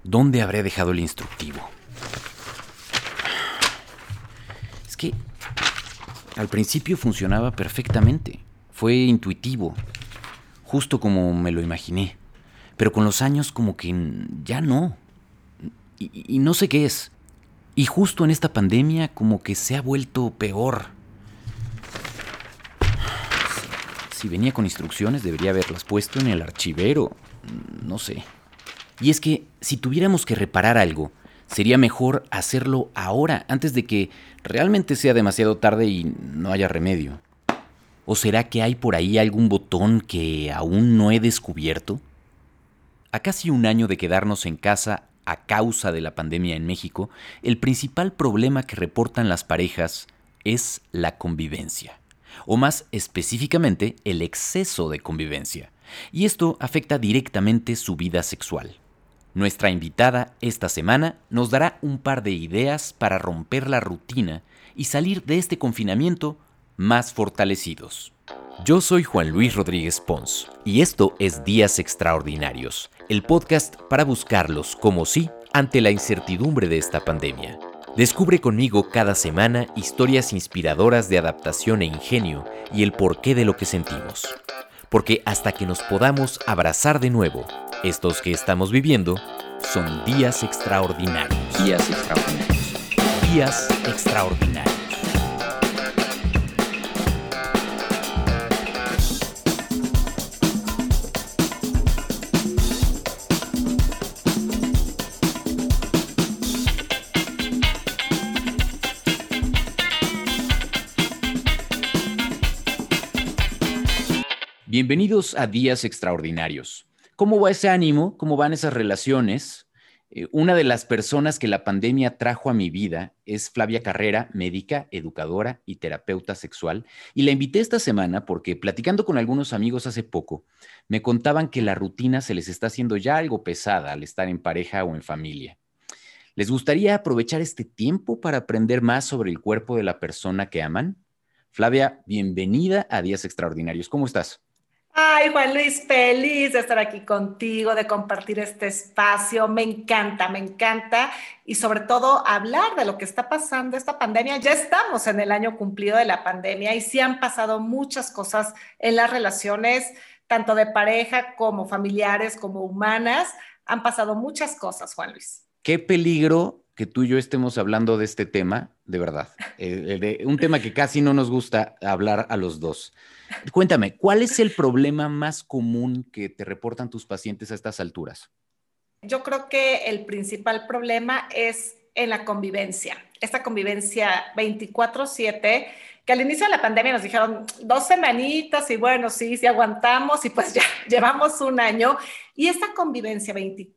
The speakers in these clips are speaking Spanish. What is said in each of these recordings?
¿Dónde habré dejado el instructivo? Es que al principio funcionaba perfectamente. Fue intuitivo, justo como me lo imaginé. Pero con los años como que ya no. Y no sé qué es. Y justo en esta pandemia como que se ha vuelto peor. Si venía con instrucciones debería haberlas puesto en el archivero. No sé. Y es que si tuviéramos que reparar algo, sería mejor hacerlo ahora, antes de que realmente sea demasiado tarde y no haya remedio. ¿O será que hay por ahí algún botón que aún no he descubierto? A casi un año de quedarnos en casa a causa de la pandemia en México, el principal problema que reportan las parejas es la convivencia, o más específicamente el exceso de convivencia, y esto afecta directamente su vida sexual. Nuestra invitada esta semana nos dará un par de ideas para romper la rutina y salir de este confinamiento más fortalecidos. Yo soy Juan Luis Rodríguez Pons y esto es Días Extraordinarios, el podcast para buscarlos como sí ante la incertidumbre de esta pandemia. Descubre conmigo cada semana historias inspiradoras de adaptación e ingenio y el porqué de lo que sentimos. Porque hasta que nos podamos abrazar de nuevo, estos que estamos viviendo son días extraordinarios. Días extraordinarios. Días extraordinarios. Bienvenidos a Días Extraordinarios. ¿Cómo va ese ánimo? ¿Cómo van esas relaciones? Una de las personas que la pandemia trajo a mi vida es Flavia Carrera, médica, educadora y terapeuta sexual. Y la invité esta semana porque platicando con algunos amigos hace poco, me contaban que la rutina se les está haciendo ya algo pesada al estar en pareja o en familia. ¿Les gustaría aprovechar este tiempo para aprender más sobre el cuerpo de la persona que aman? Flavia, bienvenida a Días Extraordinarios. ¿Cómo estás? Ay, Juan Luis, feliz de estar aquí contigo, de compartir este espacio. Me encanta. Y sobre todo hablar de lo que está pasando esta pandemia. Ya estamos en el año cumplido de la pandemia y sí han pasado muchas cosas en las relaciones, tanto de pareja como familiares, como humanas. Han pasado muchas cosas, Juan Luis. Qué peligro que tú y yo estemos hablando de este tema, de verdad. Un tema que casi no nos gusta hablar a los dos. Cuéntame, ¿cuál es el problema más común que te reportan tus pacientes a estas alturas? Yo creo que el principal problema es en la convivencia. Esta convivencia 24/7, que al inicio de la pandemia nos dijeron 2 semanitas y bueno, sí aguantamos y pues ya llevamos un año. Y esta convivencia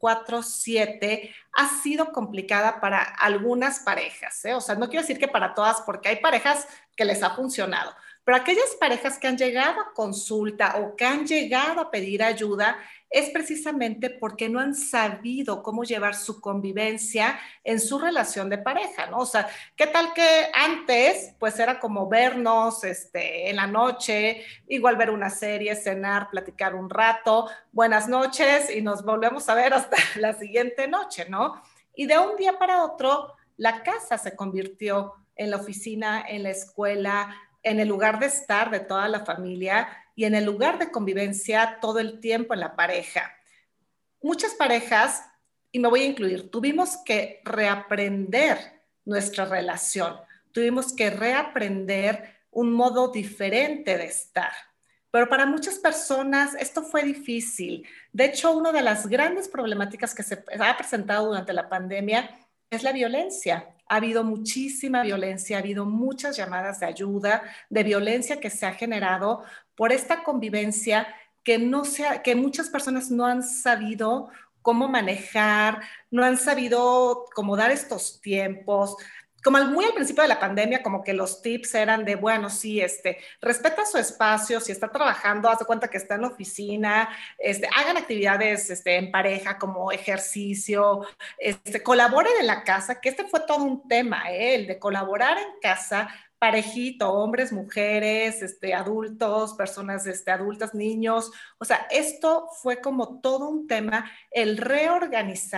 24/7 ha sido complicada para algunas parejas, ¿eh? O sea, no quiero decir que para todas, porque hay parejas que les ha funcionado, pero aquellas parejas que han llegado a consulta o que han llegado a pedir ayuda es precisamente porque no han sabido cómo llevar su convivencia en su relación de pareja, ¿no? O sea, ¿qué tal que antes, pues era como vernos en la noche, igual ver una serie, cenar, platicar un rato, buenas noches y nos volvemos a ver hasta la siguiente noche, ¿no? Y de un día para otro, la casa se convirtió en la oficina, en la escuela, en el lugar de estar de toda la familia y en el lugar de convivencia todo el tiempo en la pareja. Muchas parejas, y me voy a incluir, tuvimos que reaprender nuestra relación, tuvimos que reaprender un modo diferente de estar. Pero para muchas personas esto fue difícil. De hecho, una de las grandes problemáticas que se ha presentado durante la pandemia es la violencia. Ha habido muchísima violencia, ha habido muchas llamadas de ayuda, de violencia que se ha generado por esta convivencia que muchas personas no han sabido cómo manejar, no han sabido cómo dar estos tiempos. Como muy al principio de la pandemia, como que los tips eran de, bueno, sí, respeta su espacio, si está trabajando, haz de cuenta que está en la oficina, hagan actividades en pareja como ejercicio, colaboren en la casa, que fue todo un tema, el de colaborar en casa, parejito, hombres, mujeres, adultos, personas adultas, niños. O sea, esto fue como todo un tema, el reorganizar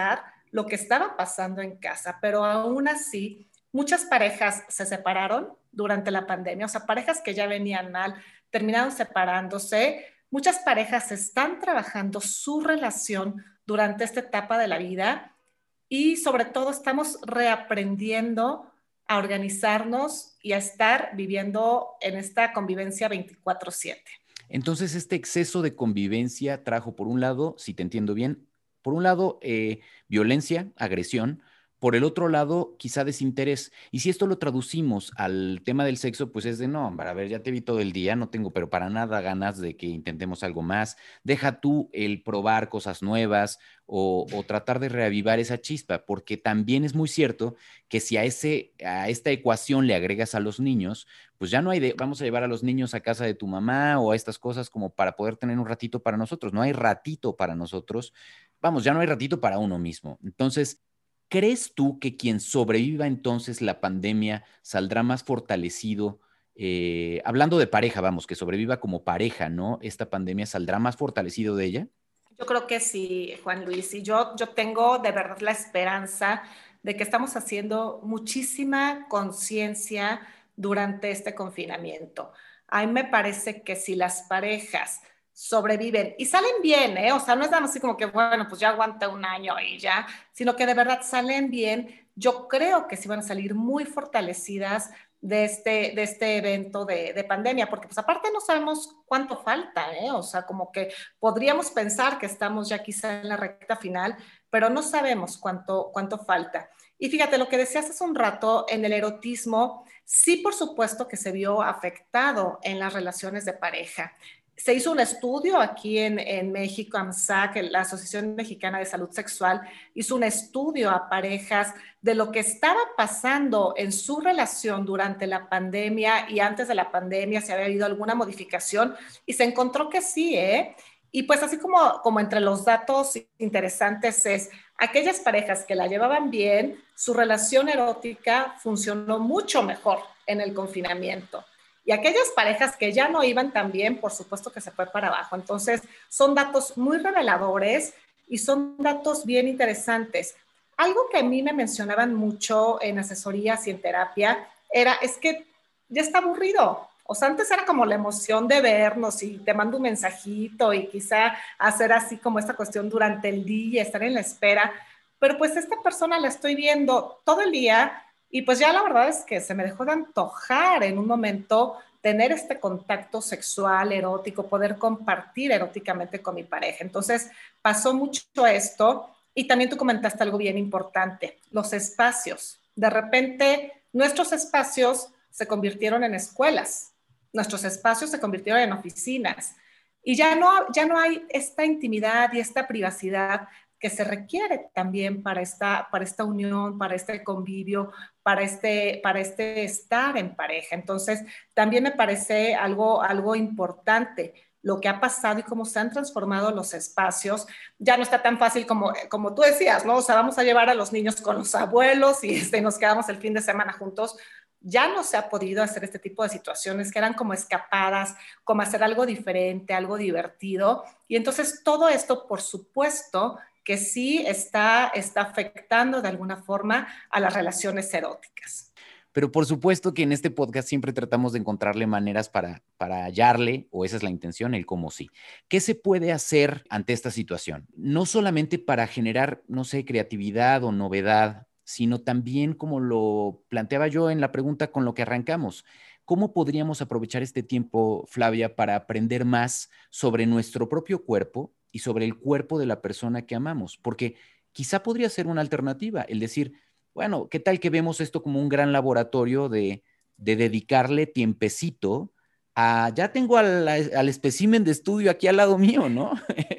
lo que estaba pasando en casa, pero aún así, muchas parejas se separaron durante la pandemia, o sea, parejas que ya venían mal, terminaron separándose. Muchas parejas están trabajando su relación durante esta etapa de la vida y sobre todo estamos reaprendiendo a organizarnos y a estar viviendo en esta convivencia 24/7. Entonces, este exceso de convivencia trajo, por un lado, si te entiendo bien, por un lado, violencia, agresión, por el otro lado, quizá desinterés. Y si esto lo traducimos al tema del sexo, pues es de no, a ver, ya te vi todo el día, no tengo, pero para nada ganas de que intentemos algo más. Deja tú el probar cosas nuevas o tratar de reavivar esa chispa, porque también es muy cierto que si a esta ecuación le agregas a los niños, pues ya no hay de, vamos a llevar a los niños a casa de tu mamá o a estas cosas como para poder tener un ratito para nosotros. No hay ratito para nosotros. Vamos, ya no hay ratito para uno mismo. Entonces, ¿crees tú que quien sobreviva entonces la pandemia saldrá más fortalecido? Hablando de pareja, vamos, que sobreviva como pareja, ¿no? Esta pandemia saldrá más fortalecido de ella. Yo creo que sí, Juan Luis, y yo tengo de verdad la esperanza de que estamos haciendo muchísima conciencia durante este confinamiento. A mí me parece que si las parejas sobreviven y salen bien, ¿eh? O sea, no es nada más así como que, bueno, pues ya aguanta un año y ya, sino que de verdad salen bien, yo creo que sí van a salir muy fortalecidas de este evento de pandemia, porque pues aparte no sabemos cuánto falta, ¿eh? O sea, como que podríamos pensar que estamos ya quizá en la recta final, pero no sabemos cuánto falta. Y fíjate, lo que decías hace un rato, en el erotismo, sí, por supuesto que se vio afectado en las relaciones de pareja. Se hizo un estudio aquí en México, AMSAC, la Asociación Mexicana de Salud Sexual, hizo un estudio a parejas de lo que estaba pasando en su relación durante la pandemia y antes de la pandemia, si había habido alguna modificación, y se encontró que sí, ¿eh? Y pues así como entre los datos interesantes es, aquellas parejas que la llevaban bien, su relación erótica funcionó mucho mejor en el confinamiento. Y aquellas parejas que ya no iban tan bien, por supuesto que se fue para abajo. Entonces, son datos muy reveladores y son datos bien interesantes. Algo que a mí me mencionaban mucho en asesorías y en terapia es que ya está aburrido. O sea, antes era como la emoción de vernos y te mando un mensajito y quizá hacer así como esta cuestión durante el día, estar en la espera. Pero pues esta persona la estoy viendo todo el día y pues ya la verdad es que se me dejó de antojar en un momento tener este contacto sexual, erótico, poder compartir eróticamente con mi pareja. Entonces pasó mucho esto y también tú comentaste algo bien importante, los espacios. De repente nuestros espacios se convirtieron en escuelas, nuestros espacios se convirtieron en oficinas y ya no hay esta intimidad y esta privacidad que se requiere también para esta unión, para este convivio, para este estar en pareja. Entonces, también me parece algo importante lo que ha pasado y cómo se han transformado los espacios. Ya no está tan fácil como tú decías, ¿no? O sea, vamos a llevar a los niños con los abuelos y nos quedamos el fin de semana juntos. Ya no se ha podido hacer este tipo de situaciones que eran como escapadas, como hacer algo diferente, algo divertido. Y entonces todo esto, por supuesto, que sí está afectando de alguna forma a las relaciones eróticas. Pero por supuesto que en este podcast siempre tratamos de encontrarle maneras para hallarle, o esa es la intención, el cómo sí. ¿Qué se puede hacer ante esta situación? No solamente para generar, no sé, creatividad o novedad, sino también como lo planteaba yo en la pregunta con lo que arrancamos. ¿Cómo podríamos aprovechar este tiempo, Flavia, para aprender más sobre nuestro propio cuerpo y sobre el cuerpo de la persona que amamos? Porque quizá podría ser una alternativa, el decir, bueno, ¿qué tal que vemos esto como un gran laboratorio de dedicarle tiempecito a, ya tengo al espécimen de estudio aquí al lado mío, ¿no?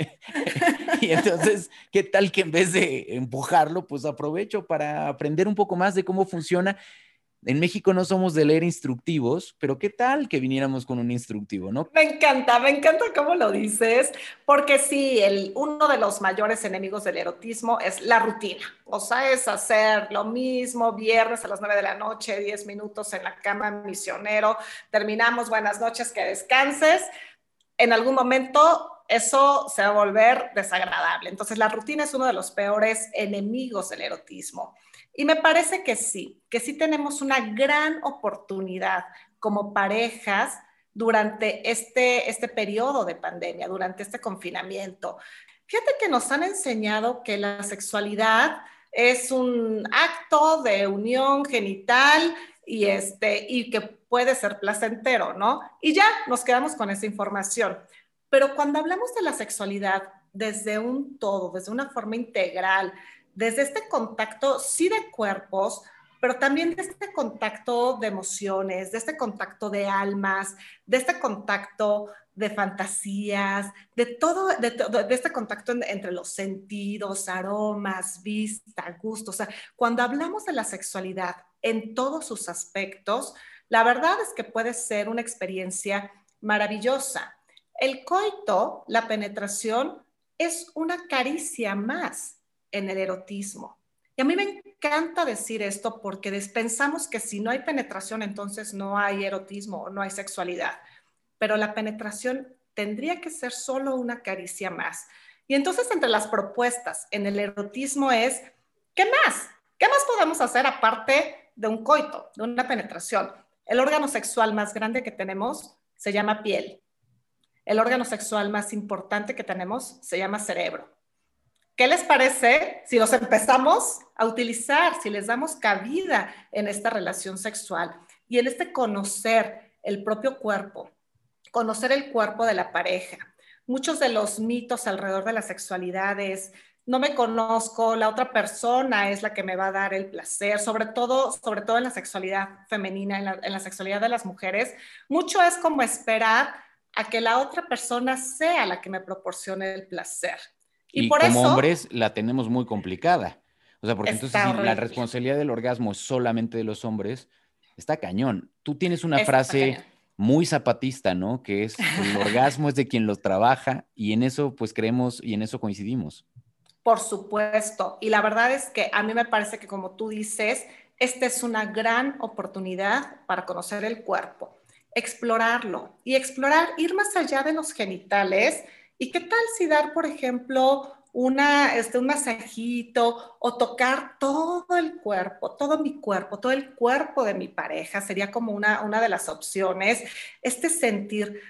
Y entonces, ¿qué tal que en vez de empujarlo, pues aprovecho para aprender un poco más de cómo funciona? En México no somos de leer instructivos, pero ¿qué tal que viniéramos con un instructivo, no? Me encanta cómo lo dices, porque sí, uno de los mayores enemigos del erotismo es la rutina. O sea, es hacer lo mismo viernes a las 9 de la noche, 10 minutos en la cama, misionero, terminamos, buenas noches, que descanses. En algún momento eso se va a volver desagradable. Entonces, la rutina es uno de los peores enemigos del erotismo. Y me parece que sí tenemos una gran oportunidad como parejas durante este periodo de pandemia, durante este confinamiento. Fíjate que nos han enseñado que la sexualidad es un acto de unión genital y que puede ser placentero, ¿no? Y ya nos quedamos con esa información. Pero cuando hablamos de la sexualidad desde un todo, desde una forma integral, desde este contacto, sí de cuerpos, pero también de este contacto de emociones, de este contacto de almas, de este contacto de fantasías, de este contacto entre los sentidos, aromas, vista, gusto. O sea, cuando hablamos de la sexualidad en todos sus aspectos, la verdad es que puede ser una experiencia maravillosa. El coito, la penetración, es una caricia más en el erotismo. Y a mí me encanta decir esto porque pensamos que si no hay penetración, entonces no hay erotismo o no hay sexualidad. Pero la penetración tendría que ser solo una caricia más. Y entonces entre las propuestas en el erotismo es, ¿qué más? ¿Qué más podemos hacer aparte de un coito, de una penetración? El órgano sexual más grande que tenemos se llama piel. El órgano sexual más importante que tenemos se llama cerebro. ¿Qué les parece si los empezamos a utilizar, si les damos cabida en esta relación sexual y en este conocer el propio cuerpo, conocer el cuerpo de la pareja? Muchos de los mitos alrededor de la sexualidad es, no me conozco, la otra persona es la que me va a dar el placer, sobre todo en la sexualidad femenina, en la sexualidad de las mujeres. Mucho es como esperar a que la otra persona sea la que me proporcione el placer. Y Y por como eso hombres la tenemos muy complicada. O sea, porque entonces está si la horrible. responsabilidad del orgasmo es solamente de los hombres, está cañón. Tú tienes una Está frase cañón. muy zapatista, ¿no? Que es el orgasmo es de quien lo trabaja y en eso pues creemos y en eso coincidimos. Por supuesto. Y la verdad es que a mí me parece que, como tú dices, esta es una gran oportunidad para conocer el cuerpo, explorarlo y explorar, ir más allá de los genitales. ¿Y qué tal si dar, por ejemplo, un masajito o tocar todo el cuerpo, todo mi cuerpo, todo el cuerpo de mi pareja? Sería como una de las opciones. Sentir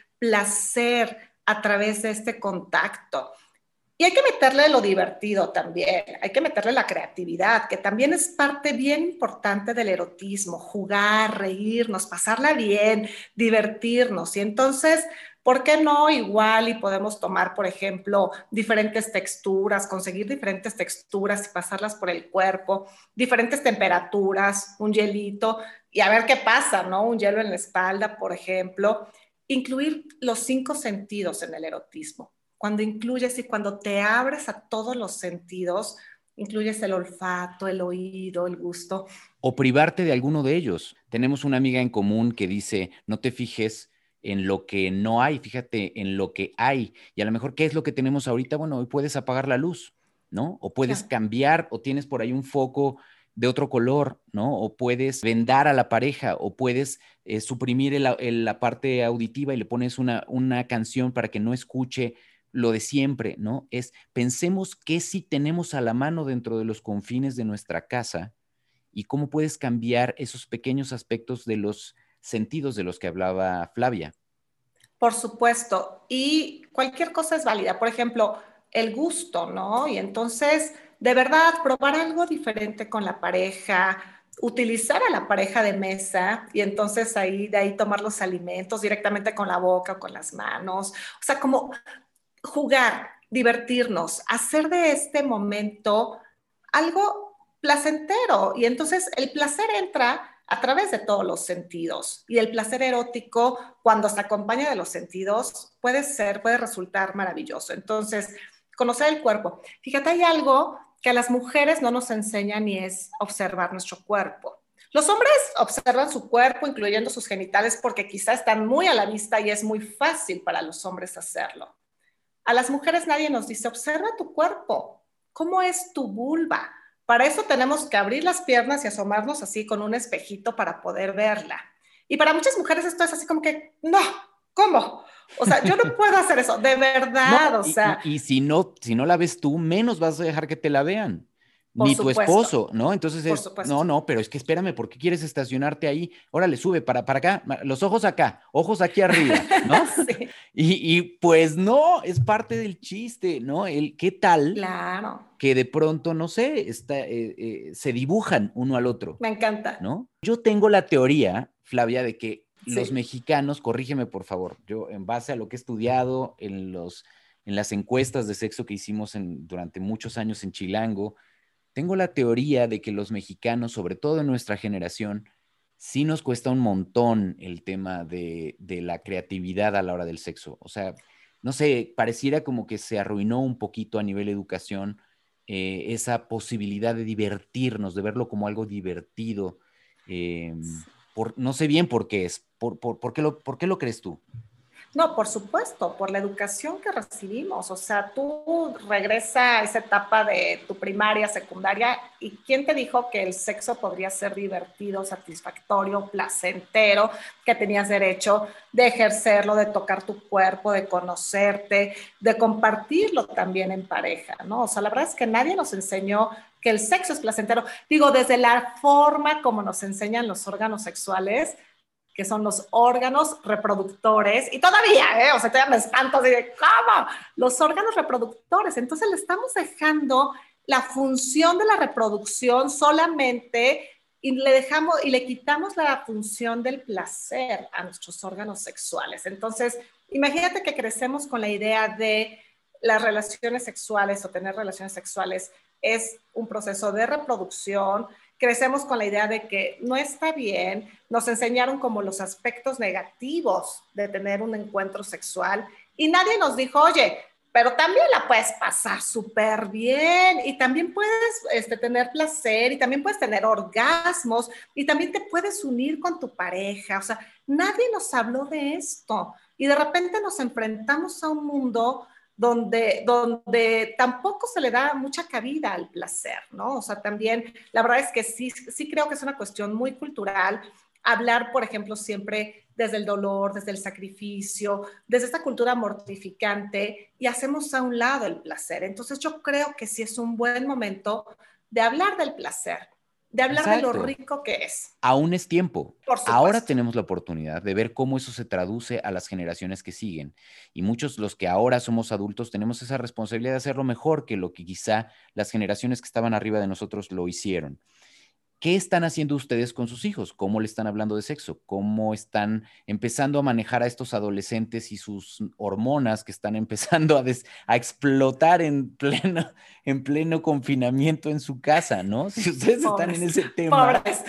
placer a través de este contacto. Y hay que meterle lo divertido también, hay que meterle la creatividad, que también es parte bien importante del erotismo, jugar, reírnos, pasarla bien, divertirnos. Y entonces, ¿por qué no igual y podemos tomar, por ejemplo, diferentes texturas, conseguir diferentes texturas y pasarlas por el cuerpo, diferentes temperaturas, un hielito y a ver qué pasa, ¿no? Un hielo en la espalda, por ejemplo. Incluir los 5 sentidos en el erotismo. Cuando incluyes y cuando te abres a todos los sentidos, incluyes el olfato, el oído, el gusto. O privarte de alguno de ellos. Tenemos una amiga en común que dice, no te fijes en lo que no hay, fíjate en lo que hay. Y a lo mejor, ¿qué es lo que tenemos ahorita? Bueno, hoy puedes apagar la luz, ¿no? O puedes Claro. cambiar, o tienes por ahí un foco de otro color, ¿no? O puedes vendar a la pareja, o puedes suprimir la parte auditiva y le pones una canción para que no escuche lo de siempre, ¿no? Pensemos qué sí tenemos a la mano dentro de los confines de nuestra casa y cómo puedes cambiar esos pequeños aspectos de los sentidos de los que hablaba Flavia. Por supuesto. Y cualquier cosa es válida. Por ejemplo, el gusto, ¿no? Y entonces, de verdad, probar algo diferente con la pareja, utilizar a la pareja de mesa y entonces de ahí tomar los alimentos directamente con la boca o con las manos. O sea, como jugar, divertirnos, hacer de este momento algo placentero. Y entonces el placer entra a través de todos los sentidos. Y el placer erótico, cuando se acompaña de los sentidos, puede resultar maravilloso. Entonces, conocer el cuerpo. Fíjate, hay algo que a las mujeres no nos enseñan y es observar nuestro cuerpo. Los hombres observan su cuerpo, incluyendo sus genitales, porque quizás están muy a la vista y es muy fácil para los hombres hacerlo. A las mujeres nadie nos dice, observa tu cuerpo, ¿cómo es tu vulva? Para eso tenemos que abrir las piernas y asomarnos así con un espejito para poder verla. Y para muchas mujeres esto es así como que, no. ¿Cómo? O sea, yo no puedo hacer eso, de No, verdad, o sea, y si no la ves tú, menos vas a dejar que te la vean. por Ni tu supuesto, esposo, ¿no? Entonces por es, supuesto. no, pero es que espérame, ¿por qué quieres estacionarte ahí? Órale, sube para acá, los ojos acá, ojos aquí arriba, ¿no? Sí, Y pues no, es parte del chiste, ¿no? ¿Qué tal claro, que de pronto, no sé, se dibujan uno al otro, me encanta. ¿no? Yo tengo la teoría, Flavia, de que los Sí, mexicanos, corrígeme por favor, yo en base a lo que he estudiado en las encuestas de sexo que hicimos durante muchos años en Chilango, tengo la teoría de que los mexicanos, sobre todo en nuestra generación, sí nos cuesta un montón el tema de la creatividad a la hora del sexo. O sea, no sé, pareciera como que se arruinó un poquito a nivel educación esa posibilidad de divertirnos, de verlo como algo divertido. eh, no sé bien por qué es. ¿Por qué lo crees tú? no, por supuesto, por la educación que recibimos. O sea, tú regresa a esa etapa de tu primaria, secundaria, y ¿quién te dijo que el sexo podría ser divertido, satisfactorio, placentero, que tenías derecho de ejercerlo, de tocar tu cuerpo, de conocerte, de compartirlo también en pareja, ¿no? O sea, la verdad es que nadie nos enseñó que el sexo es placentero. Digo, desde la forma como nos enseñan los órganos sexuales, que son los órganos reproductores, y todavía, o sea, todavía me espanto así de, ¿cómo? Los órganos reproductores. Entonces le estamos dejando la función de la reproducción solamente y le dejamos y le quitamos la función del placer a nuestros órganos sexuales. Entonces, imagínate que crecemos con la idea de las relaciones sexuales o tener relaciones sexuales es un proceso de reproducción. Crecemos con la idea de que no está bien, nos enseñaron como los aspectos negativos de tener un encuentro sexual y nadie nos dijo, oye, pero también la puedes pasar súper bien y también puedes tener placer y también puedes tener orgasmos y también te puedes unir con tu pareja. O sea, nadie nos habló de esto y de repente nos enfrentamos a un mundo donde tampoco se le da mucha cabida al placer, ¿no? O sea, también la verdad es que sí creo que es una cuestión muy cultural hablar, por ejemplo, siempre desde el dolor, desde el sacrificio, desde esta cultura mortificante y hacemos a un lado el placer. Entonces yo creo que sí es un buen momento de hablar del placer, de hablar de lo Exacto. rico que es, Aún es tiempo. por Ahora supuesto. tenemos la oportunidad de ver cómo eso se traduce a las generaciones que siguen. Y muchos, los que ahora somos adultos, tenemos esa responsabilidad de hacerlo mejor que lo que quizá las generaciones que estaban arriba de nosotros lo hicieron. ¿Qué están haciendo ustedes con sus hijos? ¿Cómo le están hablando de sexo? ¿Cómo están empezando a manejar a estos adolescentes y sus hormonas que están empezando a explotar en pleno confinamiento en su casa, ¿no? Si ustedes están en Pobres, ese tema, pobres.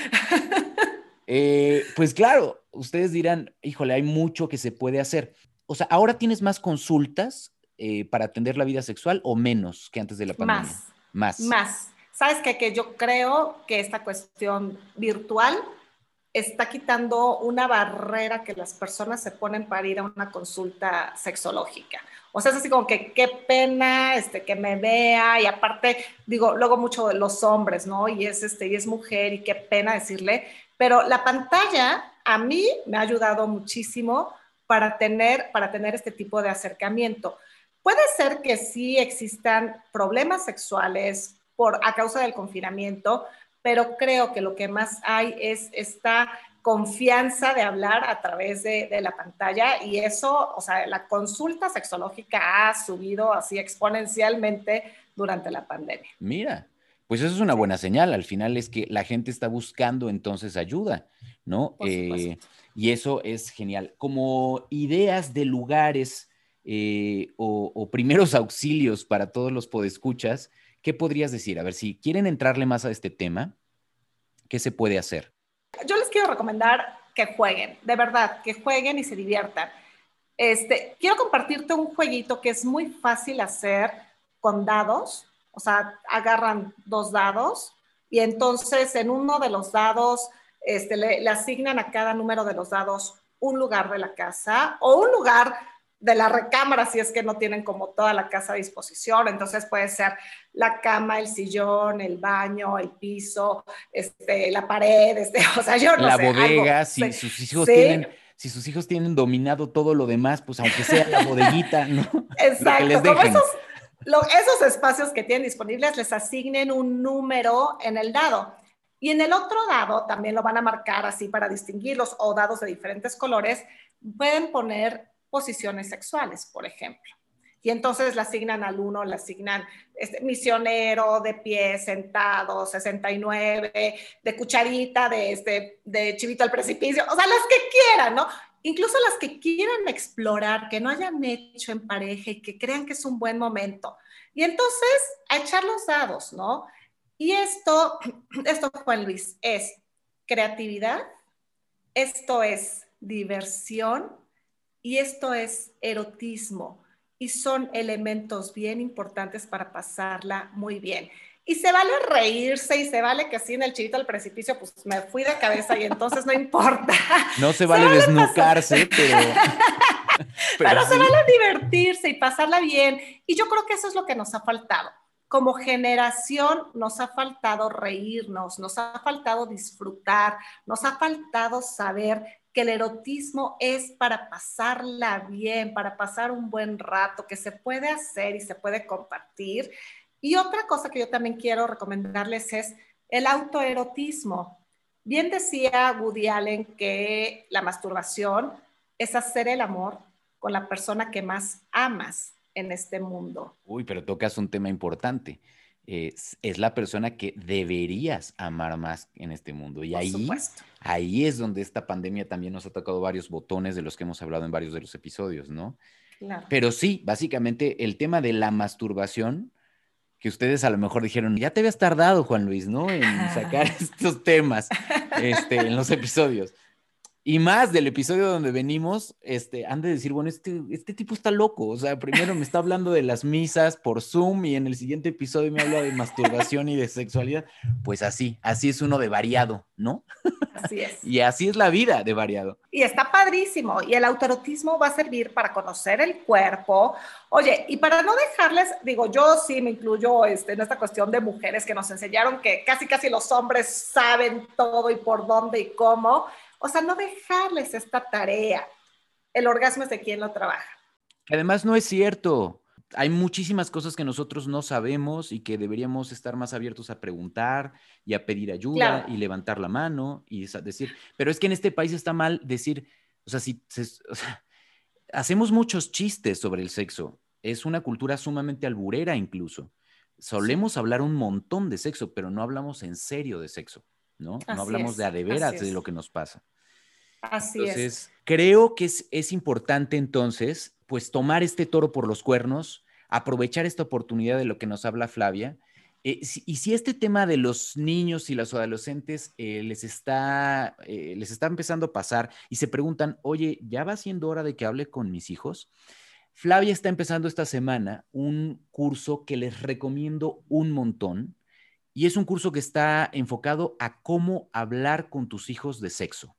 pues claro, ustedes dirán, híjole, hay mucho que se puede hacer. O sea, ¿ahora tienes más consultas para atender la vida sexual o menos que antes de la pandemia? Más, Más. más. ¿Sabes qué? Que yo creo que esta cuestión virtual está quitando una barrera que las personas se ponen para ir a una consulta sexológica. O sea, es así como que qué pena que me vea y aparte, digo, luego mucho de los hombres, ¿no? Y es mujer y qué pena decirle, pero la pantalla a mí me ha ayudado muchísimo para tener este tipo de acercamiento. Puede ser que sí existan problemas sexuales a causa del confinamiento, pero creo que lo que más hay es esta confianza de hablar a través de la pantalla y eso, o sea, la consulta sexológica ha subido así exponencialmente durante la pandemia. Mira, pues eso es una Sí, buena señal. Al final es que la gente está buscando entonces ayuda, ¿no? por supuesto. Y eso es genial. Como ideas de lugares o primeros auxilios para todos los podescuchas, ¿qué podrías decir? A ver, si quieren entrarle más a este tema, ¿qué se puede hacer? Yo les quiero recomendar que jueguen, de verdad, que jueguen y se diviertan. Quiero compartirte un jueguito que es muy fácil hacer con dados, o sea, agarran dos dados y entonces en uno de los dados le asignan a cada número de los dados un lugar de la casa o un lugar de la recámara si es que no tienen como toda la casa a disposición. Entonces puede ser la cama, el sillón, el baño, el piso, la pared, o sea, yo no La sé, algo. bodega, Sí, si sus hijos tienen, sí, si sus hijos tienen dominado todo lo demás, pues aunque sea la bodeguita, ¿no? Lo que les Exacto, como dejen. esos espacios que tienen disponibles les asignen un número en el dado. Y en el otro dado también lo van a marcar así para distinguirlos, o dados de diferentes colores, pueden poner posiciones sexuales, por ejemplo. Y entonces le asignan al uno, le asignan misionero, de pie, sentado, 69, de cucharita, de chivito al precipicio, o sea, las que quieran, ¿no? Incluso las que quieran explorar, que no hayan hecho en pareja y que crean que es un buen momento. Y entonces a echar los dados, ¿no? Y esto, Juan Luis, es creatividad, esto es diversión y esto es erotismo. Y son elementos bien importantes para pasarla muy bien. Y se vale reírse y se vale que así en el chivito al precipicio, pues me fui de cabeza y entonces no importa. No se Se vale vale pasar. desnucarse, pero Pero se sí. vale divertirse y pasarla bien. Y yo creo que eso es lo que nos ha faltado. Como generación nos ha faltado reírnos, nos ha faltado disfrutar, nos ha faltado saber que el erotismo es para pasarla bien, para pasar un buen rato, que se puede hacer y se puede compartir. Y otra cosa que yo también quiero recomendarles es el autoerotismo. Bien decía Woody Allen que la masturbación es hacer el amor con la persona que más amas en este mundo. Uy, pero tocas un tema importante. Es la persona que deberías amar más en este mundo. Y Por ahí, supuesto. ahí es donde esta pandemia también nos ha tocado varios botones de los que hemos hablado en varios de los episodios, ¿no? Claro. Pero sí, básicamente el tema de la masturbación, que ustedes a lo mejor dijeron, ya te habías tardado, Juan Luis, ¿no? En sacar estos temas, en los episodios. Y más del episodio donde venimos, han de decir, bueno, este tipo está loco. O sea, primero me está hablando de las misas por Zoom y en el siguiente episodio me habla de masturbación y de sexualidad. Pues así es uno de variado, ¿no? Así es. Y así es la vida de variado. Y está padrísimo. Y el autoerotismo va a servir para conocer el cuerpo. Oye, y para no dejarles, digo, yo sí me incluyo en esta cuestión de mujeres que nos enseñaron que casi los hombres saben todo y por dónde y cómo. O sea, no dejarles esta tarea. El orgasmo es de quien lo trabaja. Además, no es cierto. Hay muchísimas cosas que nosotros no sabemos y que deberíamos estar más abiertos a preguntar y a pedir ayuda Claro. y levantar la mano y decir, pero es que en este país está mal decir, o sea, o sea, hacemos muchos chistes sobre el sexo. Es una cultura sumamente alburera incluso. Sí. Solemos hablar un montón de sexo, pero no hablamos en serio de sexo, ¿no? No Así hablamos de es. a de Así veras de es. lo que nos pasa. Así es. Entonces, creo que es importante entonces, pues tomar este toro por los cuernos, aprovechar esta oportunidad de lo que nos habla Flavia. Y si este tema de los niños y los adolescentes les está empezando a pasar y se preguntan, oye, ¿ya va siendo hora de que hable con mis hijos? Flavia está empezando esta semana un curso que les recomiendo un montón y es un curso que está enfocado a cómo hablar con tus hijos de sexo.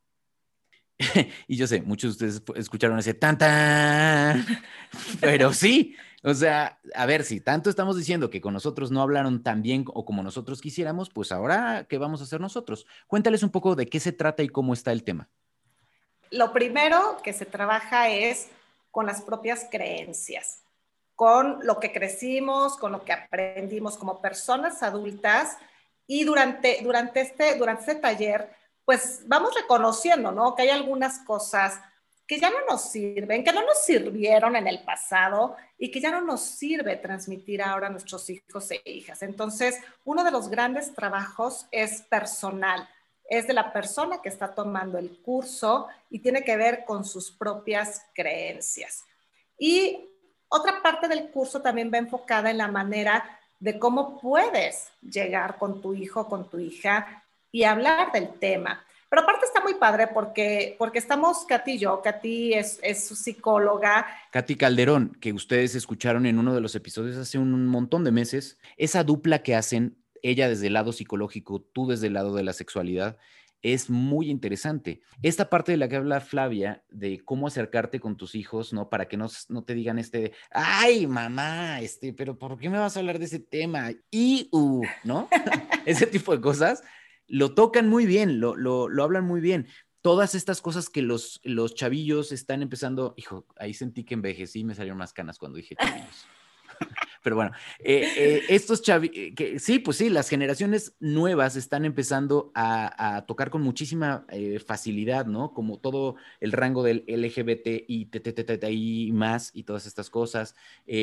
Y yo sé, muchos de ustedes escucharon ese tan tan, pero sí, o sea, a ver, si tanto estamos diciendo que con nosotros no hablaron tan bien o como nosotros quisiéramos, pues ahora, ¿qué vamos a hacer nosotros? Cuéntales un poco de qué se trata y cómo está el tema. Lo primero que se trabaja es con las propias creencias, con lo que crecimos, con lo que aprendimos como personas adultas y durante este taller, pues vamos reconociendo, ¿no? Que hay algunas cosas que ya no nos sirven, que no nos sirvieron en el pasado y que ya no nos sirve transmitir ahora a nuestros hijos e hijas. Entonces, uno de los grandes trabajos es personal, es de la persona que está tomando el curso y tiene que ver con sus propias creencias. Y otra parte del curso también va enfocada en la manera de cómo puedes llegar con tu hijo, con tu hija y hablar del tema. Pero aparte está muy padre porque estamos Katy y yo, Katy es su psicóloga. Katy Calderón, que ustedes escucharon en uno de los episodios hace un montón de meses, esa dupla que hacen, ella desde el lado psicológico, tú desde el lado de la sexualidad, es muy interesante. Esta parte de la que habla Flavia, de cómo acercarte con tus hijos, ¿no? Para que no te digan ay, mamá, pero ¿por qué me vas a hablar de ese tema? ¿No? Ese tipo de cosas, lo tocan muy bien, lo hablan muy bien. todas estas cosas que los chavillos están empezando, hijo, ahí sentí que envejecí y me salieron más canas cuando dije chavillos. Pero bueno, estos sí, pues sí, las generaciones nuevas están empezando a tocar con muchísima facilidad, ¿no? Como todo el rango del LGBT y más y todas estas cosas,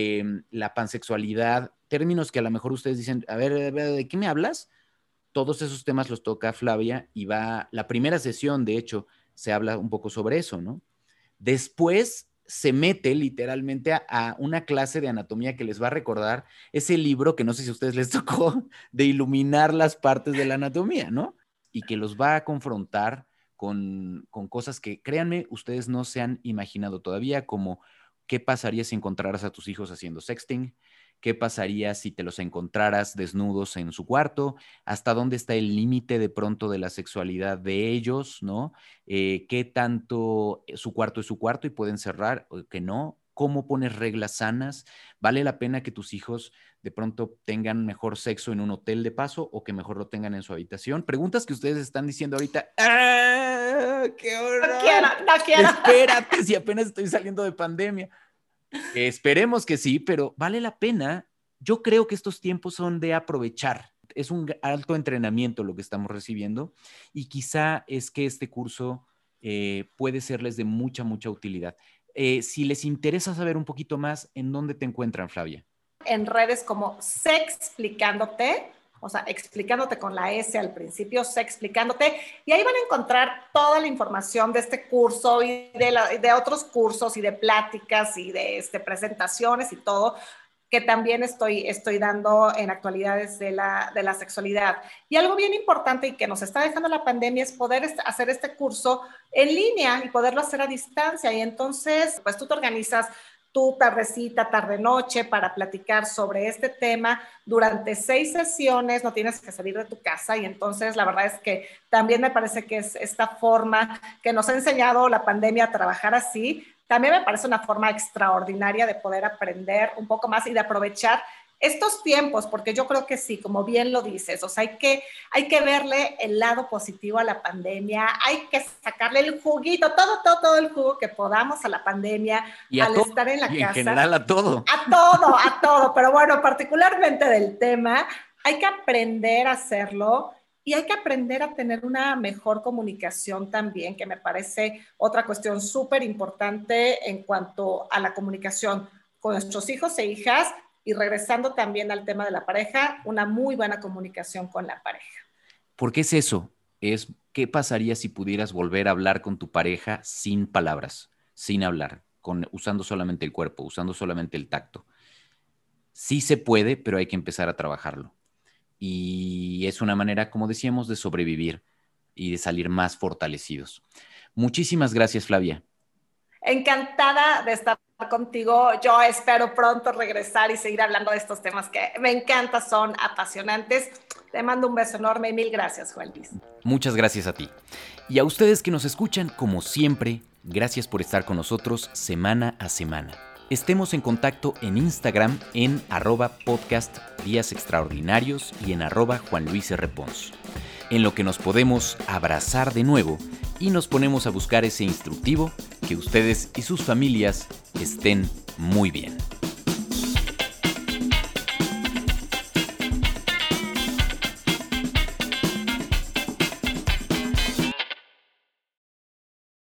la pansexualidad, términos que a lo mejor ustedes dicen, a ver, ¿de qué me hablas? Todos esos temas los toca Flavia y la primera sesión, de hecho, se habla un poco sobre eso, ¿no? Después se mete literalmente a una clase de anatomía que les va a recordar ese libro que no sé si a ustedes les tocó, de iluminar las partes de la anatomía, ¿no? Y que los va a confrontar con cosas que, créanme, ustedes no se han imaginado todavía, como qué pasaría si encontraras a tus hijos haciendo sexting, qué pasaría si te los encontraras desnudos en su cuarto, hasta dónde está el límite de pronto de la sexualidad de ellos, ¿no? Qué tanto su cuarto es su cuarto y pueden cerrar o que no, cómo pones reglas sanas, vale la pena que tus hijos de pronto tengan mejor sexo en un hotel de paso o que mejor lo tengan en su habitación. Preguntas que ustedes están diciendo ahorita, ¡ah, qué horror! No quiero. Espérate, si apenas estoy saliendo de pandemia. Esperemos que sí, pero vale la pena. Yo creo que estos tiempos son de aprovechar. Es un alto entrenamiento lo que estamos recibiendo y quizá es que este curso puede serles de mucha, mucha utilidad. Si les interesa saber un poquito más, ¿en dónde te encuentran, Flavia? En redes como Sexplicándote, o sea, explicándote con la S al principio, Sexplicándote, y ahí van a encontrar toda la información de este curso y de otros cursos y de pláticas y de presentaciones y todo, que también estoy dando en actualidades de la sexualidad. Y algo bien importante y que nos está dejando la pandemia es poder hacer este curso en línea y poderlo hacer a distancia. Y entonces, pues tú te organizas tu tardecita, tarde-noche para platicar sobre este tema durante 6 sesiones, no tienes que salir de tu casa y entonces la verdad es que también me parece que es esta forma que nos ha enseñado la pandemia a trabajar así, también me parece una forma extraordinaria de poder aprender un poco más y de aprovechar estos tiempos, porque yo creo que sí, como bien lo dices, o sea, hay que verle el lado positivo a la pandemia, hay que sacarle el juguito, todo el jugo que podamos a la pandemia, y al estar en la y casa. En general a todo. A todo, pero bueno, particularmente del tema, hay que aprender a hacerlo y hay que aprender a tener una mejor comunicación también, que me parece otra cuestión súper importante en cuanto a la comunicación con nuestros hijos e hijas. Y regresando también al tema de la pareja, una muy buena comunicación con la pareja. ¿Por qué es eso? ¿Qué pasaría si pudieras volver a hablar con tu pareja sin palabras, sin hablar, usando solamente el cuerpo, usando solamente el tacto? Sí se puede, pero hay que empezar a trabajarlo. Y es una manera, como decíamos, de sobrevivir y de salir más fortalecidos. Muchísimas gracias, Flavia. Encantada de estar contigo. Yo espero pronto regresar y seguir hablando de estos temas que me encantan, son apasionantes. Te mando un beso enorme y mil gracias, Juan Luis. Muchas gracias a ti. Y a ustedes que nos escuchan, como siempre, gracias por estar con nosotros semana a semana. Estemos en contacto en Instagram en @podcast Días Extraordinarios y en @Juan Luis R. Pons, en lo que nos podemos abrazar de nuevo y nos ponemos a buscar ese instructivo, que ustedes y sus familias estén muy bien.